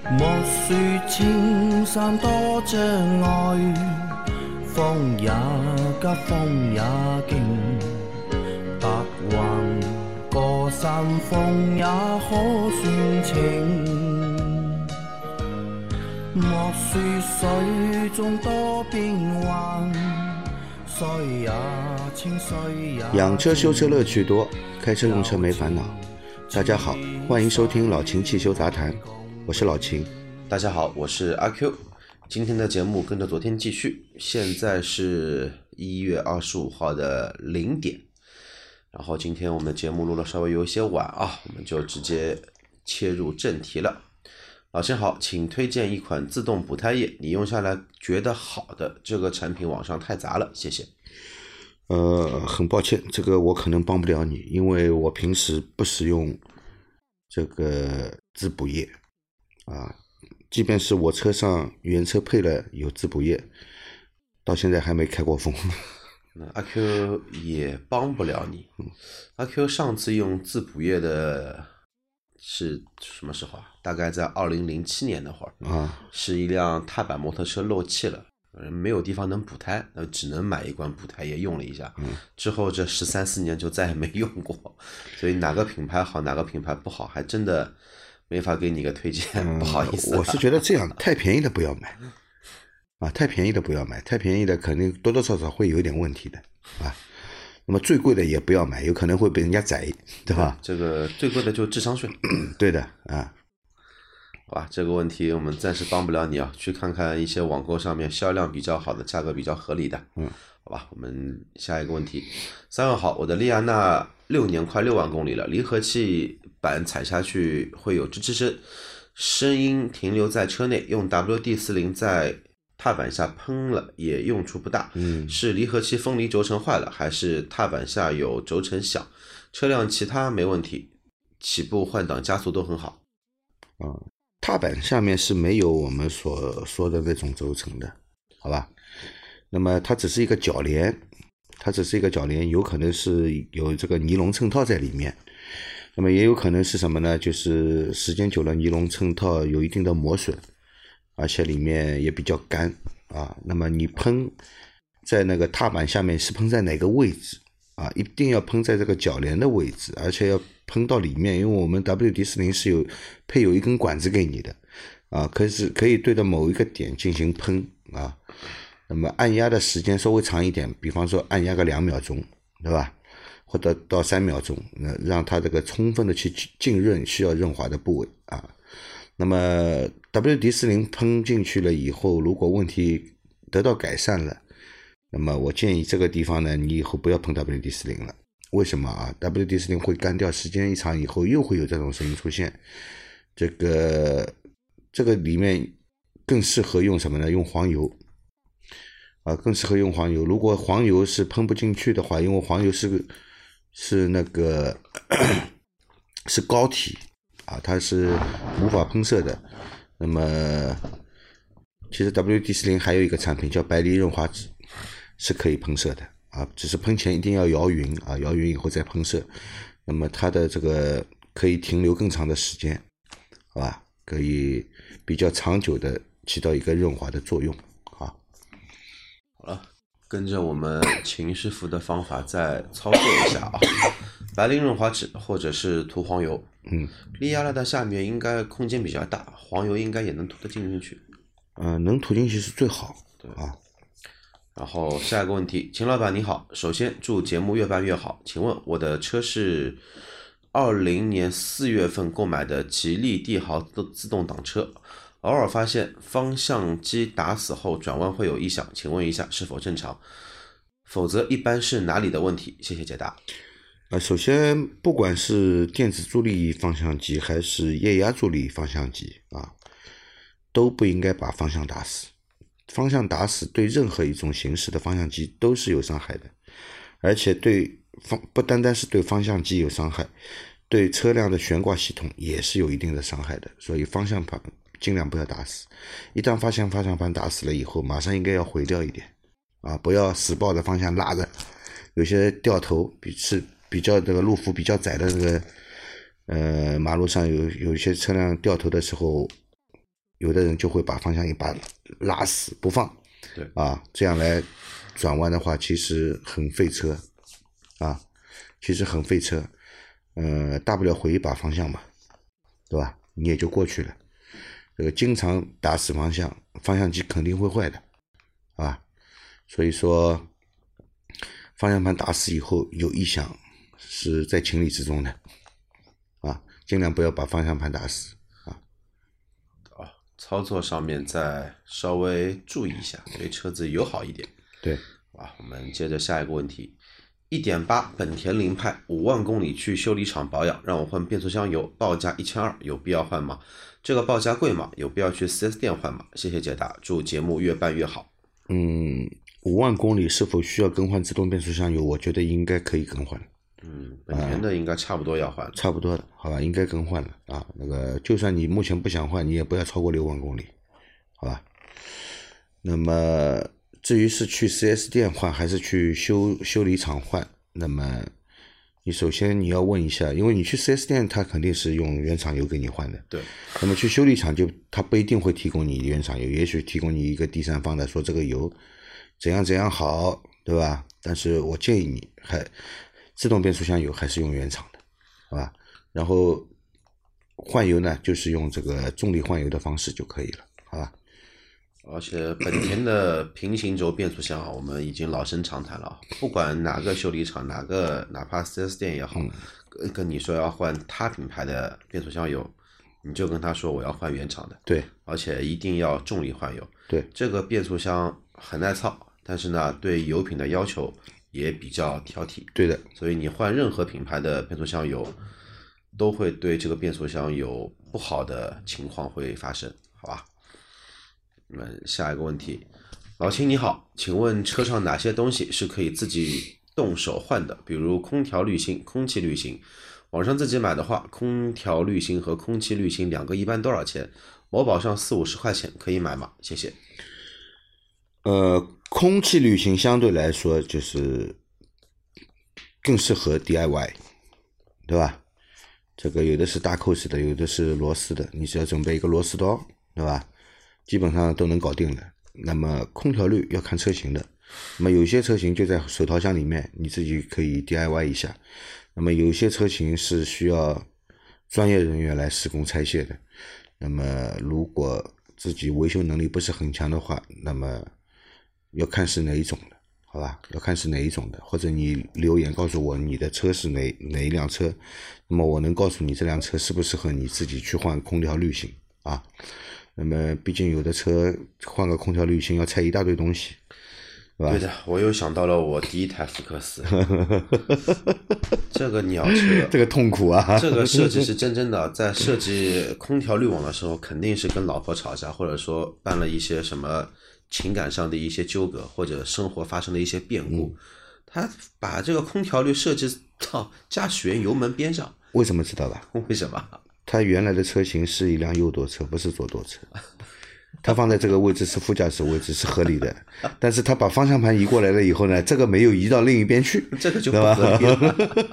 莫说青山多障碍，风也急，风也劲，白云过山峰也可算情。莫说水中多变幻，水也清，水也养车修车乐趣多，开车用车没烦恼。大家好，欢迎收听老秦汽修杂谈，我是老秦。 大家好，我是阿 Q。今天的节目跟着昨天继续，现在是1月25号的0点。然后今天我们的节目录了稍微有一些晚啊，我们就直接切入正题了。老秦好，请推荐一款自动补胎液，你用下来觉得好的，这个产品网上太杂了，谢谢。 很抱歉，这个我可能帮不了你，因为我平时不使用这个自补液啊，即便是我车上原车配了有自补液，到现在还没开过封。 那阿 Q 也帮不了你。阿 Q 上次用自补液的是什么时候啊？大概在2007年那会儿啊， 是一辆踏板摩托车漏气了，没有地方能补胎，那只能买一罐补胎液用了一下。之后这13、14年就再也没用过，所以哪个品牌好，哪个品牌不好，还真的没法给你个推荐，不好意思。 我是觉得这样，太便宜的不要买啊，太便宜的不要买，太便宜的肯定多多少少会有一点问题的啊。那么最贵的也不要买，有可能会被人家宰，对吧？ 这个最贵的就智商税。 对的啊。 好吧，这个问题我们暂时帮不了你啊，去看看一些网购上面销量比较好的、价格比较合理的。好吧，我们下一个问题。3位好，我的利亚纳6年快6万公里了，离合器板踩下去会有吱吱声，声音停留在车内，用 WD-40在踏板下喷了也用处不大。是离合器分离轴承坏了，还是踏板下有轴承响？车辆其他没问题，起步换挡加速都很好。 踏板下面是没有我们所说的那种轴承的，好吧？那么它只是一个铰链，有可能是有这个尼龙衬套在里面。那么也有可能是什么呢？就是时间久了尼龙衬套有一定的磨损，而且里面也比较干啊。那么你喷在那个踏板下面是喷在哪个位置啊？一定要喷在这个铰链的位置，而且要喷到里面，因为我们 WD-40是配有一根管子给你的啊，可以对着某一个点进行喷啊。那么按压的时间稍微长一点，比方说按压个2秒钟，对吧？或者到3秒钟，让它这个充分的去浸润需要润滑的部位啊。那么 WD-40喷进去了以后，如果问题得到改善了，那么我建议这个地方呢，你以后不要喷 WD-40了。为什么啊 ？WD-40会干掉，时间一长以后又会有这种声音出现。这个里面更适合用什么呢？用黄油啊，更适合用黄油。如果黄油是喷不进去的话，因为黄油是那个是膏体啊，它是无法喷射的。那么其实 WD-40还有一个产品叫白藜润滑脂，是可以喷射的啊，只是喷前一定要摇匀啊，摇匀以后再喷射。那么它的这个可以停留更长的时间，好吧？可以比较长久的起到一个润滑的作用。 好了，跟着我们秦师傅的方法再操作一下啊。白磷润滑脂或者是涂黄油。利亚纳的下面应该空间比较大，黄油应该也能涂得进去。 能涂进去是最好。对啊。 然后下一个问题，秦老板你好，首先祝节目越办越好。请问我的车是20年4月份购买的吉利帝豪自动挡车，偶尔发现方向机打死后转弯会有异响，请问一下是否正常？否则一般是哪里的问题？谢谢解答。 首先不管是电子助力方向机还是液压助力方向机啊，都不应该把方向打死。方向打死对任何一种形式的方向机都是有伤害的，而且不单单是对方向机有伤害，对车辆的悬挂系统也是有一定的伤害的。所以方向盘尽量不要打死，一旦发现方向盘打死了以后，马上应该要毁掉一点啊，不要死抱着方向拉着。有些掉头是比较这个路幅比较窄的这个马路上有一些车辆掉头的时候， 有的人就会把方向一把拉死不放， 对啊，这样来转弯的话，其实很费车啊，其实很费车。大不了回一把方向嘛，对吧？你也就过去了。这个经常打死方向，方向机肯定会坏的，啊，所以说方向盘打死以后有异响是在情理之中的，啊，尽量不要把方向盘打死啊。 操作上面再稍微注意一下，对车子友好一点。 对， 我们接着下一个问题。1.8 本田凌派5万公里去修理厂保养，让我换变速箱油，报价1200，有必要换吗？这个报价贵吗？有必要去 4S 店换吗？谢谢解答，祝节目越办越好。 5万公里是否需要更换自动变速箱油？我觉得应该可以更换。 本田的应该差不多要换了， 差不多的，好吧，应该更换了啊。那个，就算你目前不想换，你也不要超过6万公里，好吧？那么，至于是去 4S 店换还是去修理厂换，那么你首先你要问一下，因为你去 4S 店，他肯定是用原厂油给你换的。 对。 那么去修理厂他不一定会提供你原厂油，也许提供你一个第三方的，说这个油怎样好，对吧？但是我建议你自动变速箱油还是用原厂的，好吧？然后换油呢，就是用这个重力换油的方式就可以了，好吧？ 而且本田的平行轴变速箱我们已经老生常谈了，不管哪个修理厂，哪怕 4S 店也好，跟你说要换他品牌的变速箱油，你就跟他说我要换原厂的。 对， 而且一定要重力换油。 对， 这个变速箱很耐操，但是呢，对油品的要求也比较挑剔。 对的， 所以你换任何品牌的变速箱油，都会对这个变速箱有不好的情况会发生，好吧？我们下一个问题，老秦你好，请问车上哪些东西是可以自己动手换的？比如空调滤芯、空气滤芯。网上自己买的话，空调滤芯和空气滤芯两个一般多少钱？某宝上40-50块钱可以买吗？谢谢。 空气滤芯相对来说就是更适合 DIY， 对吧？这个有的是大扣式的，有的是螺丝的，你只要准备一个螺丝刀，对吧？基本上都能搞定的。那么空调滤要看车型的，那么有些车型就在手套箱里面，你自己可以 DIY 一下。那么有些车型是需要专业人员来施工拆卸的。那么如果自己维修能力不是很强的话，那么要看是哪一种的，好吧？要看是哪一种的，或者你留言告诉我你的车是哪一辆车，那么我能告诉你这辆车适不适合你自己去换空调滤芯啊。那么毕竟有的车换个空调滤芯要拆一大堆东西，是吧？ 对的，我又想到了我第一台福克斯，这个鸟车， 这个痛苦啊！ 这个设计是真的，在设计空调滤网的时候，肯定是跟老婆吵架，或者说办了一些什么情感上的一些纠葛，或者生活发生的一些变故。他把这个空调滤设计到驾驶员油门边上， 为什么知道吧？ 为什么？ 它原来的车型是一辆右舵车，不是左舵车。它放在这个位置是副驾驶位置是合理的，但是它把方向盘移过来了以后呢，这个没有移到另一边去， 这个就不合理了。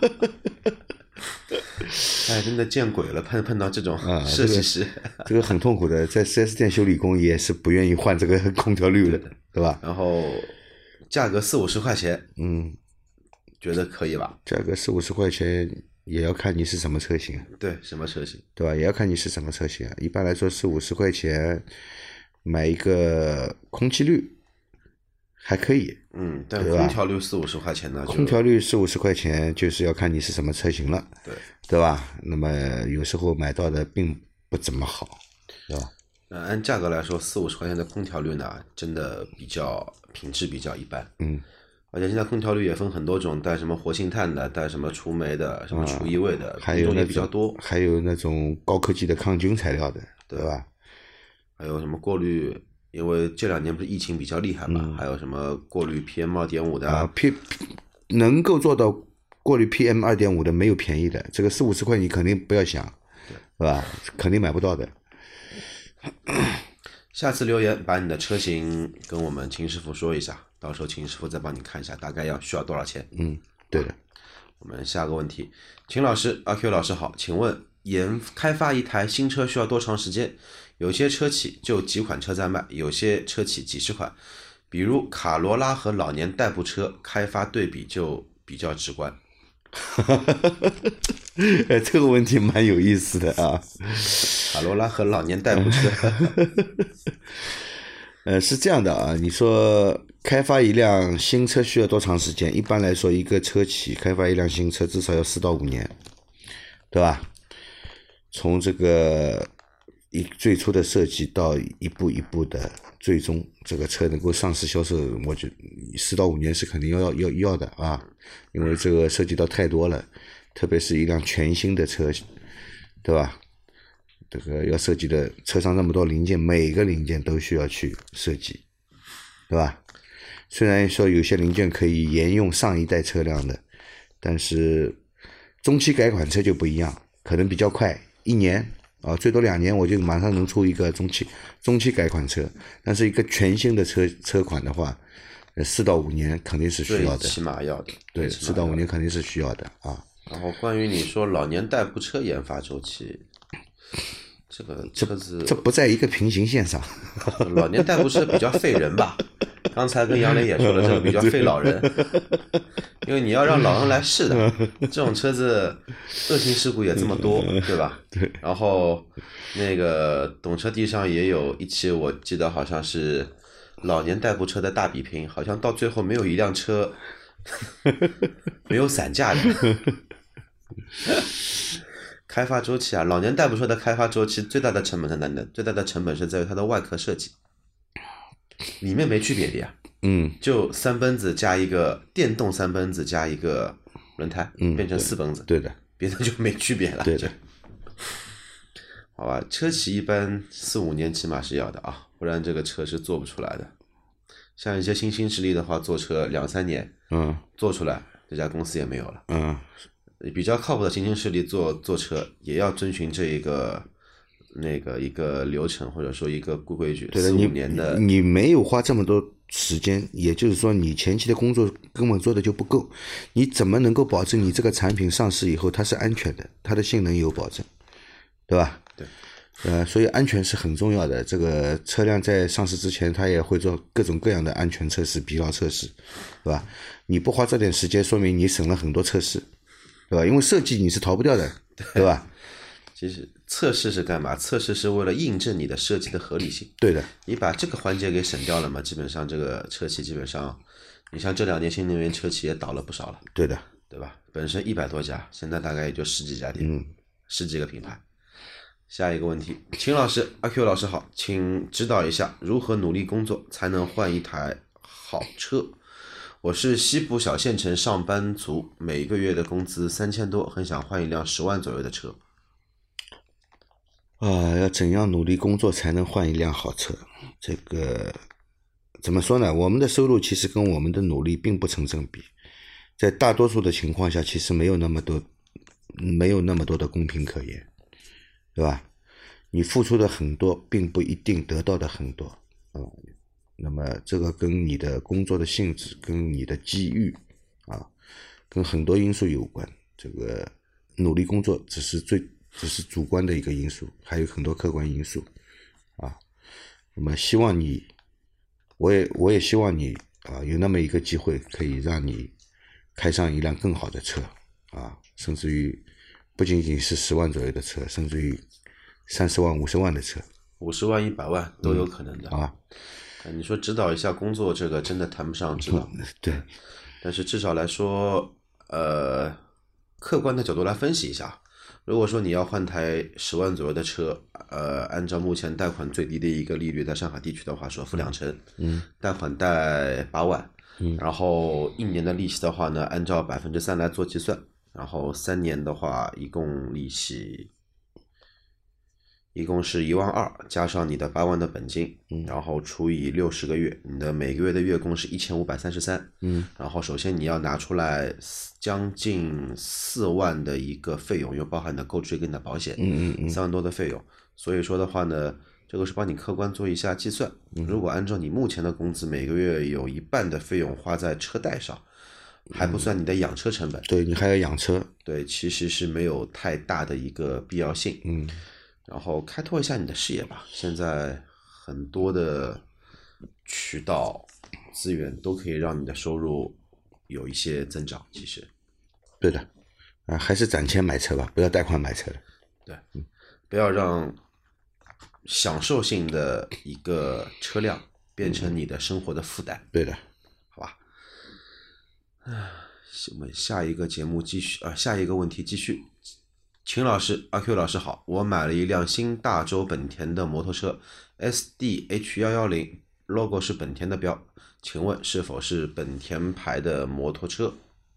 哎，真的见鬼了！碰到这种设计师， 这个很痛苦的。在 4S 店修理工也是不愿意换这个空调滤的，对吧？ 然后价格40-50块钱，觉得可以吧？ 价格40-50块钱也要看你是什么车型。 对，什么车型？ 对吧？也要看你是什么车型。一般来说40-50块钱买一个空气滤还可以。 但空调滤40-50块钱呢？ 空调滤40-50块钱就是要看你是什么车型了，对吧？那么有时候买到的并不怎么好，对吧？ 按价格来说，40-50块钱的空调滤呢，真的品质比较一般。而且现在空调滤也分很多种，带什么活性炭的，带什么除霉的，什么除异味的，品种也比较多。 还有那种高科技的抗菌材料的，对吧？ 还有什么过滤？因为这2年不是疫情比较厉害嘛，还有什么过滤 PM2.5 的能够做到过滤 PM2.5 的没有便宜的，这个40-50块你肯定不要想，是吧？肯定买不到的。 下次留言把你的车型跟我们秦师傅说一下，到时候秦师傅再帮你看一下大概需要多少钱。 对的。 我们下个问题，秦老师、阿 Q 老师好，请问开发一台新车需要多长时间？有些车企就几款车在卖，有些车企几十款。比如卡罗拉和老年代步车开发对比就比较直观。 这个问题蛮有意思的啊。 卡罗拉和老年代步车是这样的啊，你说开发一辆新车需要多长时间？一般来说，一个车企开发一辆新车至少要4到5年，对吧？从这个最初的设计到一步一步的最终这个车能够上市销售，我觉得4到5年是肯定要的啊，因为这个涉及到太多了，特别是一辆全新的车，对吧？这个要涉及的车上那么多零件，每个零件都需要去设计，对吧？虽然说有些零件可以沿用上一代车辆的，但是中期改款车就不一样，可能比较快，1年啊，最多2年我就马上能出一个中期改款车，但是一个全新的车款的话，4到5年肯定是需要的， 最起码要的。 对，4到5年肯定是需要的啊。 然后关于你说老年代步车研发周期，这个车子这不在一个平行线上。 老年代步车比较费人吧？刚才跟杨磊也说了，这个比较费老人，因为你要让老人来试的，这种车子恶性事故也这么多，对吧？ 对。 然后那个懂车帝上也有一期，我记得好像是老年代步车的大比拼，好像到最后没有一辆车没有散架的。开发周期啊，老年代步车的开发周期最大的成本在哪里？最大的成本是在于它的外壳设计，里面没区别的呀。就3奔子加一个电动3奔子加一个轮胎，变成4奔子。 对的， 别的就没区别了。 对的。 好吧，车企一般4、5年起码是要的啊，不然这个车是做不出来的。像一些新兴势力的话，做车2、3年，做出来这家公司也没有了。比较靠谱的新兴势力做车也要遵循这一个一个流程，或者说一个规矩。4、5年的你没有花这么多时间，也就是说你前期的工作根本做的就不够，你怎么能够保证你这个产品上市以后它是安全的，它的性能有保证，对吧？ 对。 所以安全是很重要的。这个车辆在上市之前，它也会做各种各样的安全测试、疲劳测试，对吧？你不花这点时间，说明你省了很多测试，对吧？因为设计你是逃不掉的，对吧？ 其实测试是干嘛？测试是为了印证你的设计的合理性。 对的。你把这个环节给省掉了嘛，基本上这个车企基本上，你像这2年新能源车企也倒了不少了。 对的， 对吧？本身100多家，现在大概也就10几家店，10几个品牌。下一个问题，秦老师、阿 Q 老师好，请指导一下如何努力工作才能换一台好车。我是西部小县城上班族，每个月的工资3000多，很想换一辆10万左右的车。 要怎样努力工作才能换一辆好车？这个怎么说呢？我们的收入其实跟我们的努力并不成正比，在大多数的情况下，其实没有那么多的公平可言，对吧？你付出的很多，并不一定得到的很多，那么这个跟你的工作的性质、跟你的机遇跟很多因素有关。这个努力工作只是主观的一个因素，还有很多客观因素那么希望你，我也希望你有那么一个机会，可以让你开上一辆更好的车甚至于不仅仅是10万左右的车，甚至于30万、50万的车 ，50万、100万都有可能的你说指导一下工作，这个真的谈不上指导。 对， 但是至少来说，客观的角度来分析一下。如果说你要换台10万左右的车，按照目前贷款最低的一个利率，在上海地区的话，首付2成，贷款贷8万，然后1年的利息的话呢，按照3%来做计算，然后3年的话，一共利息一共是1万2，加上你的8万的本金，然后除以60个月，你的每个月的月供是1533，然后首先你要拿出来将近4万的一个费用，又包含你的购置税跟你的保险，3万多的费用，所以说的话呢，这个是帮你客观做一下计算，如果按照你目前的工资，每个月有1半的费用花在车贷上， 还不算你的养车成本。 对，你还要养车。 对，其实是没有太大的一个必要性。然后开拓一下你的视野吧。现在很多的渠道资源都可以让你的收入有一些增长。其实， 对的，还是攒钱买车吧，不要贷款买车了。 对，不要让享受性的一个车辆变成你的生活的负担。 对的， 好吧。我们下一个节目继续下一个问题继续。秦老师，阿 Q 老师好，我买了一辆新大洲本田的摩托车 SDH110，logo 是本田的标，请问是否是本田牌的摩托车？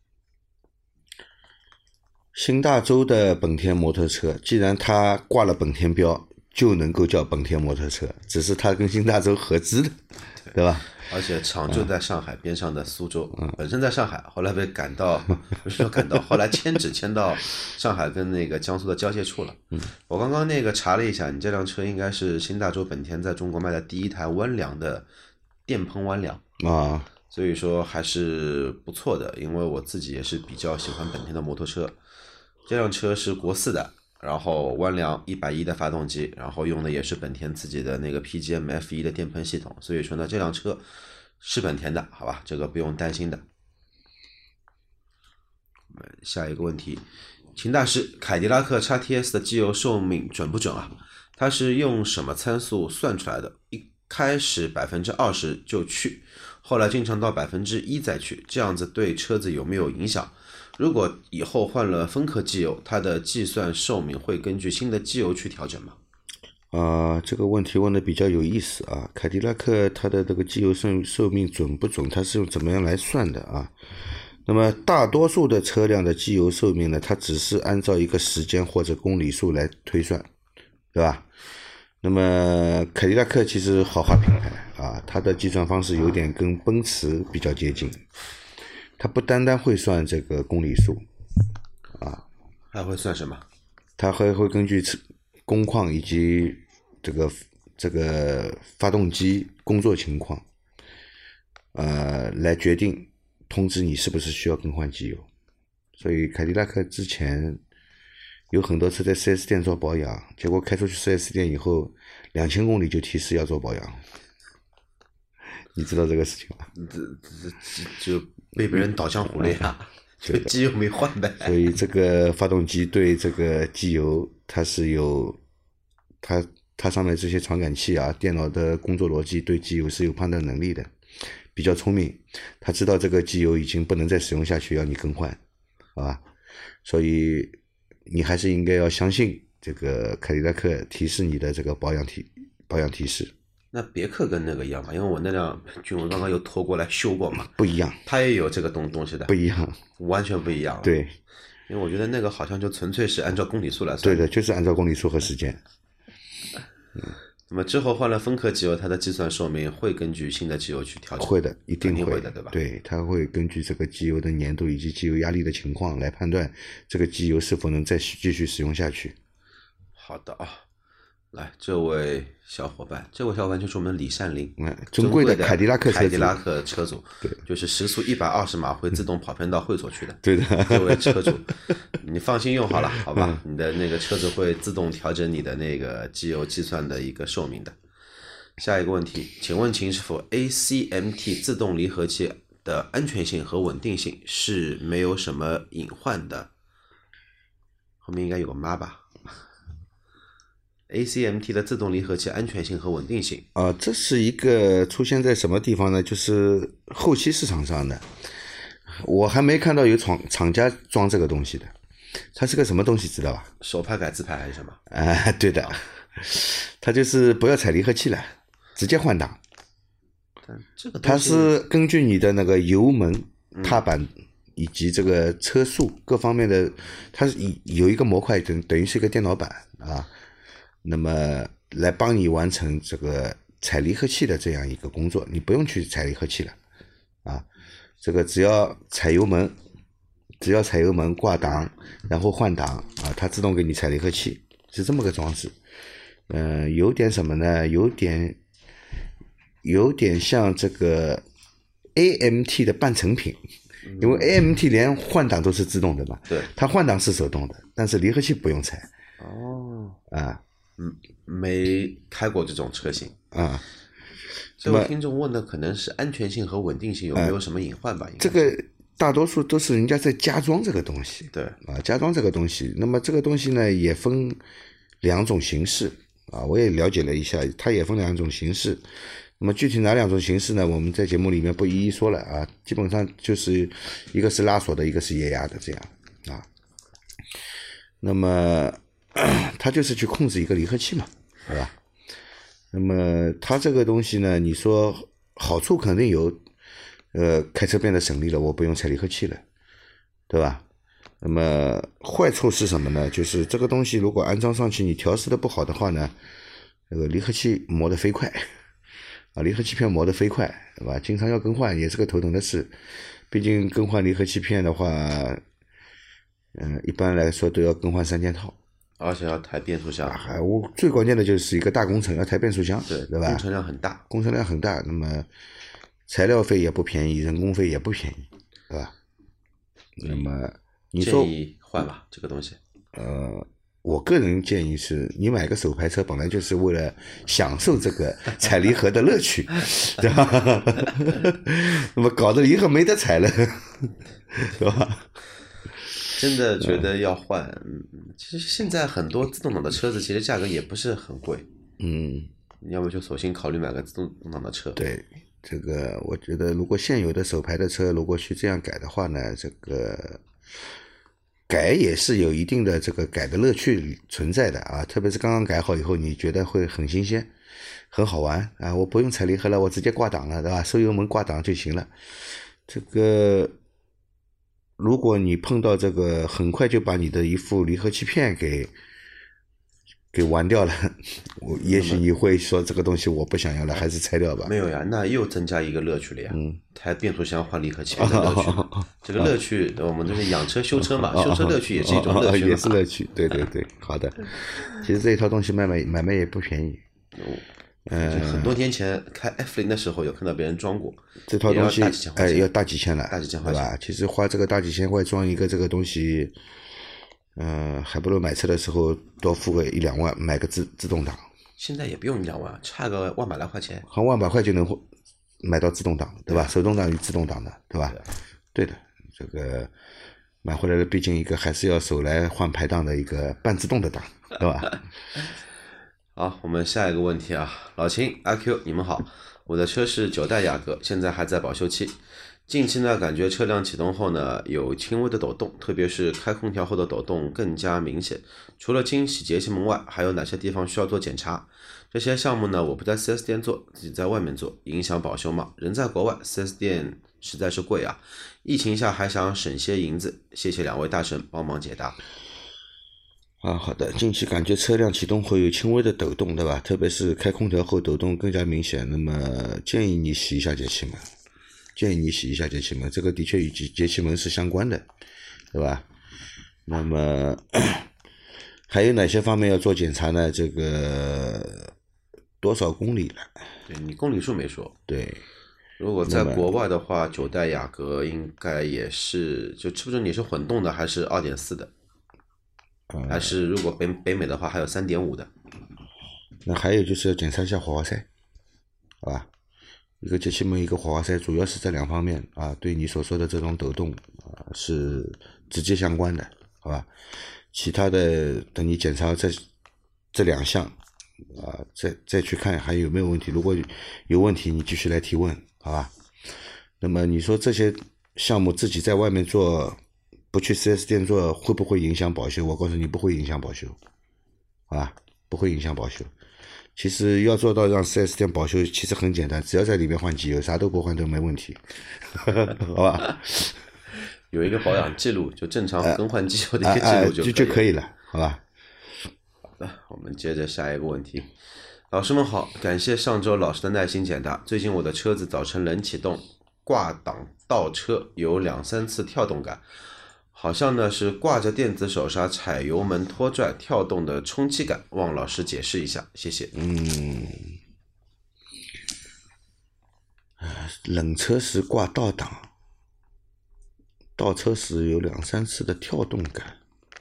新大洲的本田摩托车，既然它挂了本田标，就能够叫本田摩托车，只是它跟新大洲合资的，对吧？ 而且厂就在上海边上的苏州，本身在上海，后来被赶到，不是说赶到，后来迁到上海跟那个江苏的交界处了。我刚刚那个查了一下，你这辆车应该是新大洲本田在中国卖的第一台弯梁的电喷弯梁啊， 所以说还是不错的，因为我自己也是比较喜欢本田的摩托车。这辆车是国四的，然后弯梁110的发动机，然后用的也是本田自己的那个 PGM F1 的电喷系统，所以说呢，这辆车是本田的，好吧，这个不用担心的。我们下一个问题，秦大师，凯迪拉克 XTS 的机油寿命准不准啊？它是用什么参数算出来的？一开始 20% 就去，后来经常到 1% 再去，这样子对车子有没有影响？如果以后换了芬克机油，它的计算寿命会根据新的机油去调整吗？ 这个问题问的比较有意思啊。凯迪拉克它的这个机油寿命准不准？它是用怎么样来算的啊？那么大多数的车辆的机油寿命呢，它只是按照一个时间或者公里数来推算，对吧？那么凯迪拉克其实豪华品牌啊，它的计算方式有点跟奔驰比较接近。它不单单会算这个公里数啊， 还会算什么？ 它还会根据工况以及这个发动机工作情况来决定通知你是不是需要更换机油。所以凯迪拉克之前有很多车在 4S 店做保养，结果开出去 4S 店以后2000公里就提示要做保养。你知道这个事情吗？ 就被别人倒江湖了呀，就机油没换呗。 所以这个发动机对这个机油它是有它上面这些传感器啊，电脑的工作逻辑对机油是有判断能力的，比较聪明，它知道这个机油已经不能再使用下去，要你更换，好吧？所以你还是应该要相信这个凯迪拉克提示你的这个保养提示。 那别克跟那个一样嘛？因为我那辆君文刚刚又拖过来修过嘛， 不一样， 它也有这个东西的， 不一样， 完全不一样了。 对， 因为我觉得那个好像就纯粹是按照公里数来算。 对的，就是按照公里数和时间。 那么之后换了芬克机油，它的计算寿命会根据新的机油去调整？ 会的，一定会的，对吧？ 对，它会根据这个机油的粘度以及机油压力的情况来判断这个机油是否能再继续使用下去。 好的啊。来，这位小伙伴就是我们李善林， 尊贵的凯迪拉克车主，对，就是时速120码会自动跑偏到会所去的。 对的， 这位车主，你放心用好了，好吧？你的那个车子会自动调整你的那个机油计算的一个寿命的。下一个问题，请问秦师傅 ，ACMT 自动离合器的安全性和稳定性是没有什么隐患的？后面应该有个妈吧？ACMT 的自动离合器安全性和稳定性这是一个出现在什么地方呢？就是后期市场上的，我还没看到有厂家装这个东西的。它是个什么东西知道吧？ 手排改自排还是什么？ 对的，它就是不要踩离合器了，直接换挡。 这个它是根据你的那个油门、踏板以及这个车速各方面的，它有一个模块，等于是一个电脑板啊。那么来帮你完成这个踩离合器的这样一个工作，你不用去踩离合器了啊，这个只要踩油门挂档，然后换挡啊，它自动给你踩离合器，是这么个装置。有点什么呢？有点像这个 AMT 的半成品， 因为 AMT 连换挡都是自动的嘛， 对， 它换挡是手动的，但是离合器不用踩。 哦， 啊， 没开过这种车型啊。 这位听众问的可能是安全性和稳定性有没有什么隐患吧？ 这个大多数都是人家在加装这个东西， 对啊，加装这个东西。那么这个东西呢也分2种形式啊，我也了解了一下，它也分2种形式。那么具体哪2种形式呢？我们在节目里面不一一说了啊，基本上就是一个是拉锁的，一个是液压的这样啊。那么它就是去控制一个离合器嘛，是吧？那么它这个东西呢，你说好处肯定有，开车变得省力了，我不用踩离合器了，对吧？那么坏处是什么呢？就是这个东西如果安装上去，你调试的不好的话呢，这个离合器磨得飞快，啊，离合器片磨得飞快，对吧？经常要更换，也是个头疼的事。毕竟更换离合器片的话，一般来说都要更换3件套。 而且要抬变速箱， 我最关键的就是一个大工程，要抬变速箱， 对吧？ 工程量很大， 工程量很大，那么材料费也不便宜，人工费也不便宜，对吧？那么你说建议换吧这个东西。 我个人建议是，你买个手排车本来就是为了享受这个踩离合的乐趣，对吧？那么搞得离合没得踩了，对吧？ 真的觉得要换，其实现在很多自动挡的车子其实价格也不是很贵，你要不就索性考虑买个自动挡的车。 对，这个我觉得如果现有的手排的车如果去这样改的话呢，这个改也是有一定的这个改的乐趣存在的啊，特别是刚刚改好以后，你觉得会很新鲜，很好玩啊！我不用踩离合了，我直接挂档了，对吧？收油门挂档就行了。这个如果你碰到这个很快就把你的一副离合器片给玩掉了，也许你会说这个东西我不想要了，还是拆掉吧。 没有呀，那又增加一个乐趣了呀。抬变速箱换离合器片的乐趣，这个乐趣我们就是养车修车嘛，修车乐趣也是一种乐趣嘛。 也是乐趣，对对对，好的。其实这一套东西买卖也不便宜。 很多年前开 F0的时候有看到别人装过， 这套东西要大几千了， 大几千块钱， 对吧？其实花这个大几千块装一个这个东西，还不如买车的时候多付个1-2万买个自动挡。 现在也不用1-2万，差个100来块钱， 好100块就能买到自动挡，对吧？手动挡与自动挡的，对吧？对的，这个买回来的毕竟一个还是要手来换排档的一个半自动的档，对吧？ 好，我们下一个问题啊，老秦、阿 Q， 你们好，我的车是9代雅阁，现在还在保修期。近期呢，感觉车辆启动后呢，有轻微的抖动，特别是开空调后的抖动更加明显。除了清洗节气门外，还有哪些地方需要做检查？这些项目呢，我不在 4S 店做，自己在外面做，影响保修吗？人在国外 4S 店实在是贵啊，疫情下还想省些银子，谢谢2位大神帮忙解答。 好的，近期感觉车辆启动后有轻微的抖动，对吧？特别是开空调后抖动更加明显，那么建议你洗一下节气门，这个的确与节气门是相关的，对吧？那么还有哪些方面要做检查呢？这个多少公里了？ 对，你公里数没说。 对， 如果在国外的话，9代雅阁应该也是，就吃不准你是混动的还是2.4的。还是如果北美的话还有3.5的。 那还有就是要检查一下火花塞，好吧？一个节气门，一个火花塞，主要是这2方面啊，对你所说的这种抖动是直接相关的，好吧？其他的等你检查这2项再去看还有没有问题，如果有问题你继续来提问，好吧？那么你说这些项目自己在外面做，不去 4S 店做会不会影响保修？我告诉你不会影响保修，好吧？不会影响保修。其实要做到让 4S 店保修其实很简单，只要在里面换机油，啥都不换都没问题，好吧？ 有一个保养记录，就正常更换机油的一个记录就可以了，好吧？ 好的，我们接着下一个问题。老师们好，感谢上周老师的耐心解答。最近我的车子早晨冷启动，挂档倒车有2-3次跳动感，好像呢是挂着电子手刹踩油门拖拽跳动的冲击感，望老师解释一下，谢谢。 冷车时挂倒档， 倒车时有2-3次的跳动感，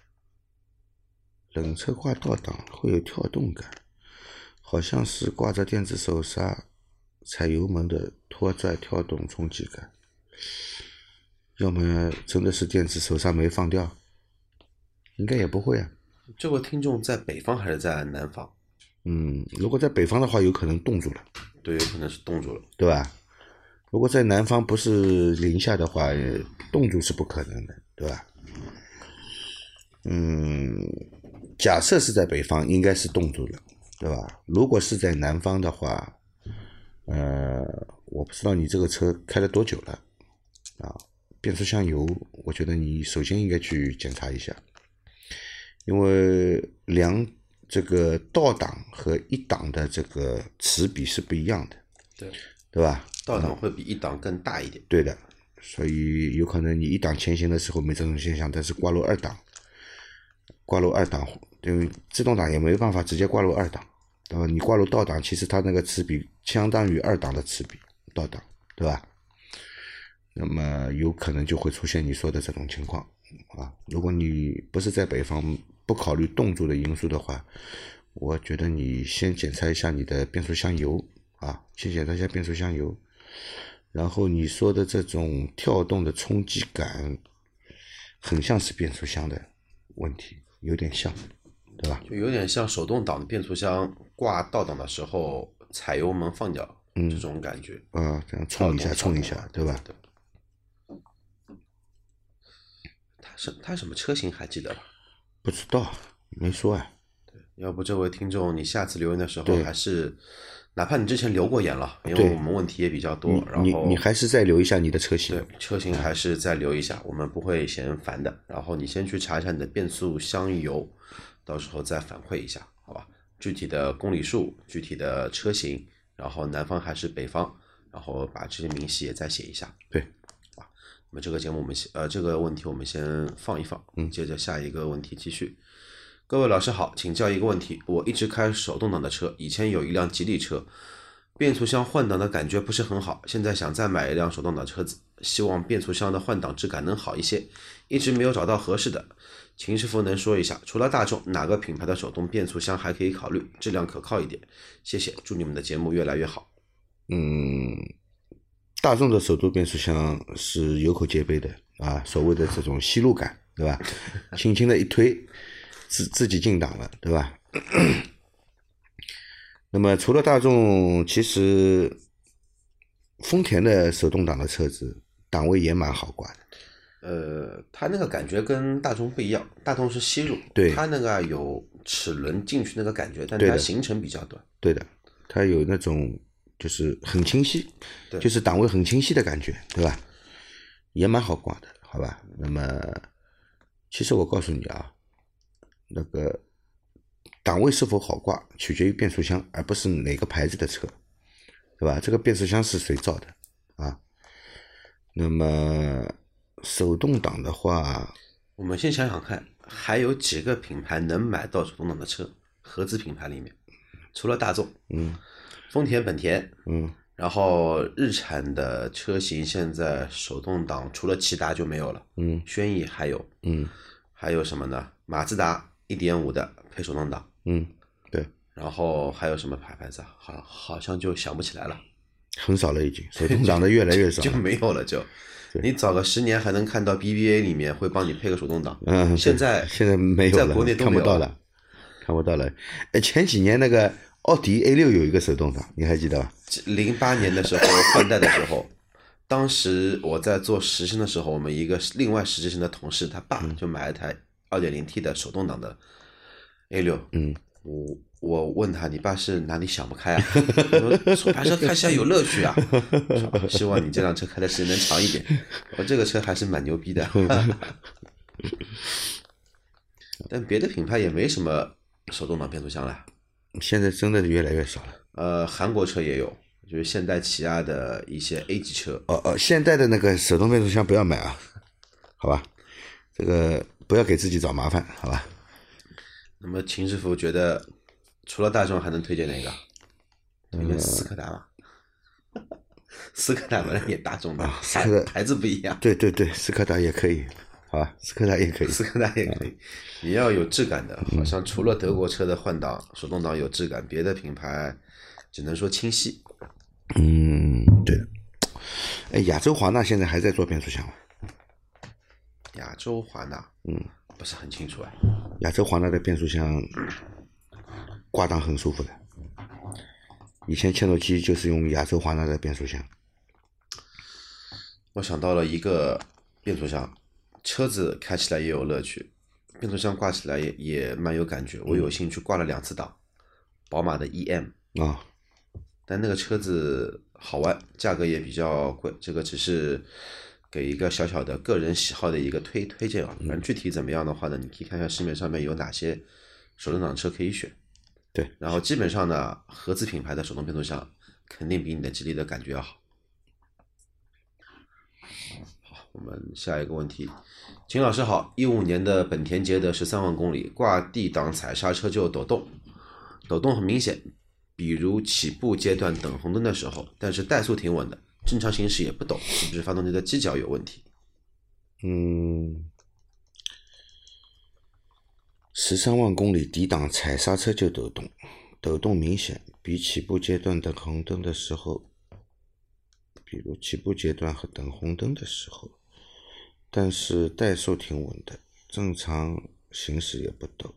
冷车挂倒档会有跳动感，好像是挂着电子手刹踩油门的拖拽跳动冲击感，要么真的是电子手刹没放掉，应该也不会啊。 这位听众在北方还是在南方？ 如果在北方的话，有可能冻住了， 对，有可能是冻住了， 对吧？如果在南方不是零下的话，冻住是不可能的，对吧？假设是在北方，应该是冻住了，对吧？如果是在南方的话，我不知道你这个车开了多久了啊？变速箱油，我觉得你首先应该去检查一下，因为量这个倒档和一档的这个齿比是不一样的，对吧？ 倒档会比一档更大一点。 对的，所以有可能你一档前行的时候没这种现象，但是挂入二档，因为自动挡也没办法直接挂入二档，对吧？你挂入倒档，其实它那个齿比相当于二档的齿比，倒档，对吧？那么有可能就会出现你说的这种情况啊。如果你不是在北方，不考虑冻住的因素的话，我觉得你先检查一下你的变速箱油啊，先检查一下变速箱油。然后你说的这种跳动的冲击感，很像是变速箱的问题，有点像，对吧？ 就有点像手动挡的变速箱挂倒档的时候踩油门放掉这种感觉。 这样冲一下，对吧？ 对。它什么车型还记得吧？ 不知道，没说啊。 对，要不这位听众，你下次留言的时候还是，哪怕你之前留过言了，因为我们问题也比较多，然后你还是再留一下你的车型。 对，车型还是再留一下，我们不会嫌烦的。然后你先去查一下你的变速箱油，到时候再反馈一下，好吧？具体的公里数、具体的车型，然后南方还是北方，然后把这些明细也再写一下。 对。 那么这个节目这个问题我们先放一放，接着下一个问题继续。各位老师好，请教一个问题，我一直开手动挡的车，以前有一辆吉利车，变速箱换挡的感觉不是很好，现在想再买一辆手动挡车子，希望变速箱的换挡质感能好一些，一直没有找到合适的，秦师傅能说一下，除了大众，哪个品牌的手动变速箱还可以考虑，质量可靠一点？谢谢，祝你们的节目越来越好。 大众的手动变速箱是有口皆碑的啊，所谓的这种吸入感，对吧？轻轻的一推，自己进档了，对吧？那么除了大众，其实丰田的手动挡的车子档位也蛮好挂的。 它那个感觉跟大众不一样，大众是吸入， 对， 它那个有齿轮进去那个感觉，但它行程比较短。 对的，它有那种就是很清晰，就是档位很清晰的感觉，对吧？也蛮好挂的，好吧？那么其实我告诉你啊，那个档位是否好挂取决于变速箱，而不是哪个牌子的车，对吧？这个变速箱是谁造的啊？那么手动挡的话， 我们先想想看，还有几个品牌能买到手动挡的车？合资品牌里面，除了大众，丰田、本田，然后日产的车型现在手动挡除了骐达就没有了，轩逸还有，还有什么呢？马自达 1.5 的配手动挡， 对， 然后还有什么牌子啊？好像就想不起来了， 很少了已经，手动挡的越来越少就没有了就。你早个10年还能看到 BBA 里面会帮你配个手动挡，现在没有了， 在国内都没有了， 看不到了。前几年那个奥迪 A6 有一个手动挡，你还记得吧 ？08年的时候换代的时候，当时我在做实习的时候，我们一个另外实习生的同事，他爸就买了台 2.0T 的手动挡的 A6。我问他，你爸是哪里想不开啊？我说手排车开起来有乐趣啊，希望你这辆车开的时间能长一点。我这个车还是蛮牛逼的，但别的品牌也没什么手动挡变速箱了。 现在真的越来越少了。 韩国车也有，就是现代起亚的一些 A 级车。 现代的那个手动变速箱不要买啊，好吧？这个不要给自己找麻烦，好吧？ 那么秦师傅觉得，除了大众还能推荐哪个？推荐斯柯达吧。 斯柯达本来也大众的， 斯柯达牌子不一样。 对对对，斯柯达也可以，好吧，斯柯达也可以， 斯柯达也可以，也要有质感的。好像除了德国车的换挡手动挡有质感，别的品牌只能说清晰。 对。哎，亚洲华纳现在还在做变速箱吗？ 亚洲华纳，不是很清楚哎。 亚洲华纳的变速箱挂档很舒服的，以前切诺基就是用亚洲华纳的变速箱。 我想到了一个变速箱，车子开起来也有乐趣，变速箱挂起来也蛮有感觉。我有兴趣挂了2次档，宝马的 EM 啊， 但那个车子好玩，价格也比较贵，这个只是给一个小小的个人喜好的一个推荐啊。反正具体怎么样的话呢，你可以看看市面上面有哪些手动挡车可以选。 对， 然后基本上呢，合资品牌的手动变速箱肯定比你的吉利的感觉要好。好，我们下一个问题，秦老师好，15年的本田捷德13万公里，挂 D 档踩刹车就抖动，抖动很明显，比如起步阶段等红灯的时候，但是怠速挺稳的，正常行驶也不抖，是不是发动机的机脚有问题 ？13万公里低档踩刹车就抖动，抖动明显，比起步阶段等红灯的时候，比如起步阶段和等红灯的时候，但是怠速挺稳的，正常行驶也不抖。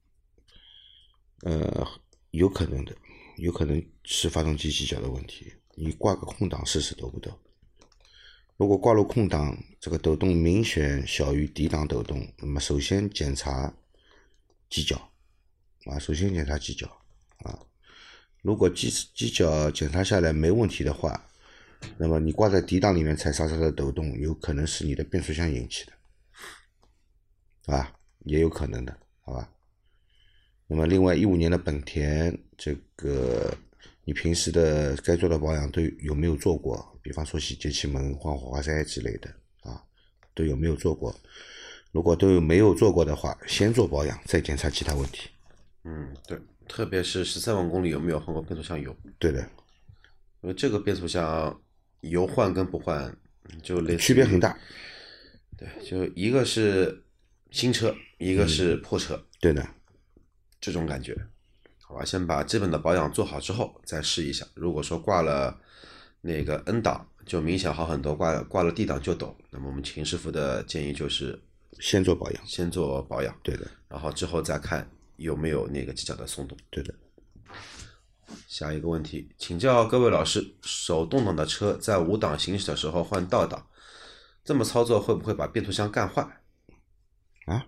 有可能的，有可能是发动机机脚的问题。你挂个空档试试抖不抖？如果挂入空档，这个抖动明显小于低档抖动，那么首先检查机脚啊，首先检查机脚啊。如果机脚检查下来没问题的话，那么你挂在低档里面踩刹车的抖动，有可能是你的变速箱引起的，啊，也有可能的，好吧？那么另外15年的本田，这个你平时的该做的保养都有没有做过？比方说洗节气门、换火花塞之类的啊，都有没有做过？如果都没有做过的话，先做保养，再检查其他问题。 对，特别是13万公里有没有换过变速箱油？ 对的， 因为这个变速箱油换跟不换就类似区别很大。 对，就一个是新车，一个是破车。 对的， 这种感觉，好吧，先把基本的保养做好之后再试一下。如果说挂了那个 N 档就明显好很多，挂了 D 档就抖，那么我们秦师傅的建议就是先做保养， 先做保养， 对的， 然后之后再看有没有那个机脚的松动， 对的。 下一个问题，请教各位老师，手动挡的车在5档行驶的时候换倒档，这么操作会不会把变速箱干坏？ 啊？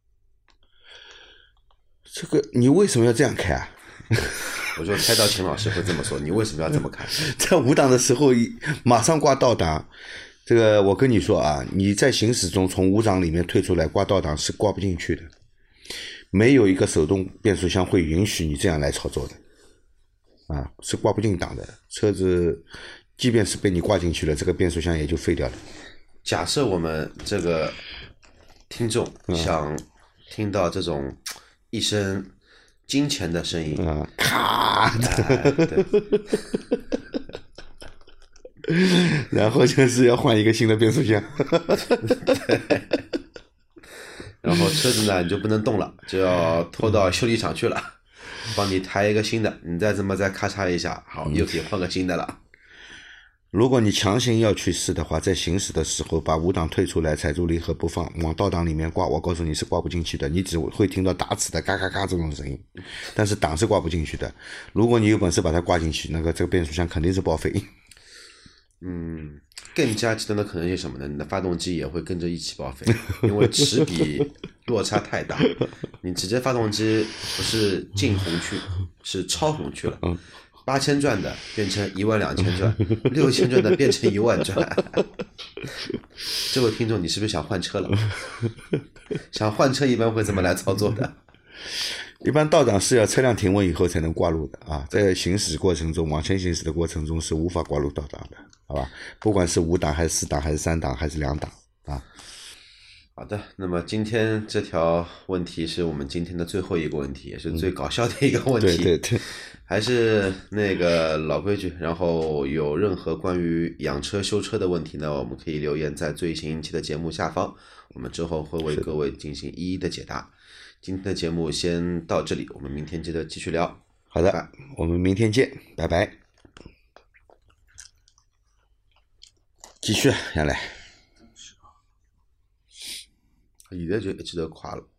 这个你为什么要这样开啊？ 我就猜到秦老师会这么说，你为什么要这么开？ 在5档的时候马上挂倒档，这个我跟你说啊，你在行驶中从5档里面退出来挂倒档是挂不进去的，没有一个手动变速箱会允许你这样来操作的。啊，是挂不进档的，车子即便是被你挂进去了，这个变速箱也就废掉了。 假设我们这个听众想听到这种一声金钱的声音， 咔的，对， 然后就是要换一个新的变速箱， 然后车子呢你就不能动了，就要拖到修理厂去了。帮你抬一个新的，你再这么再咔嚓一下，好，又可以换个新的了。 如果你强行要去试的话，在行驶的时候把5档退出来，踩住离合不放，往倒档里面挂，我告诉你是挂不进去的，你只会听到打齿的嘎嘎嘎这种声音，但是档是挂不进去的。如果你有本事把它挂进去，那个这个变速箱肯定是报废。 更加极端的可能性是什么呢？你的发动机也会跟着一起报废，因为齿比落差太大。你直接发动机不是进红区，是超红区了。8000转的变成12000转，6000转的变成10000转。这位听众，你是不是想换车了？想换车一般会怎么来操作的？ 一般倒档是要车辆停稳以后才能挂入的啊，在行驶过程中，往前行驶的过程中是无法挂入倒档的，好吧？不管是5档还是4档还是3档还是2档啊。 好的，那么今天这条问题是我们今天的最后一个问题，也是最搞笑的一个问题。 对对对。 还是那个老规矩，然后有任何关于养车修车的问题呢，我们可以留言在最新一期的节目下方，我们之后会为各位进行一一的解答。今天的节目先到这里，我们明天接着继续聊。 好的，我们明天见，拜拜。继续，杨磊。 现在就一记头垮了。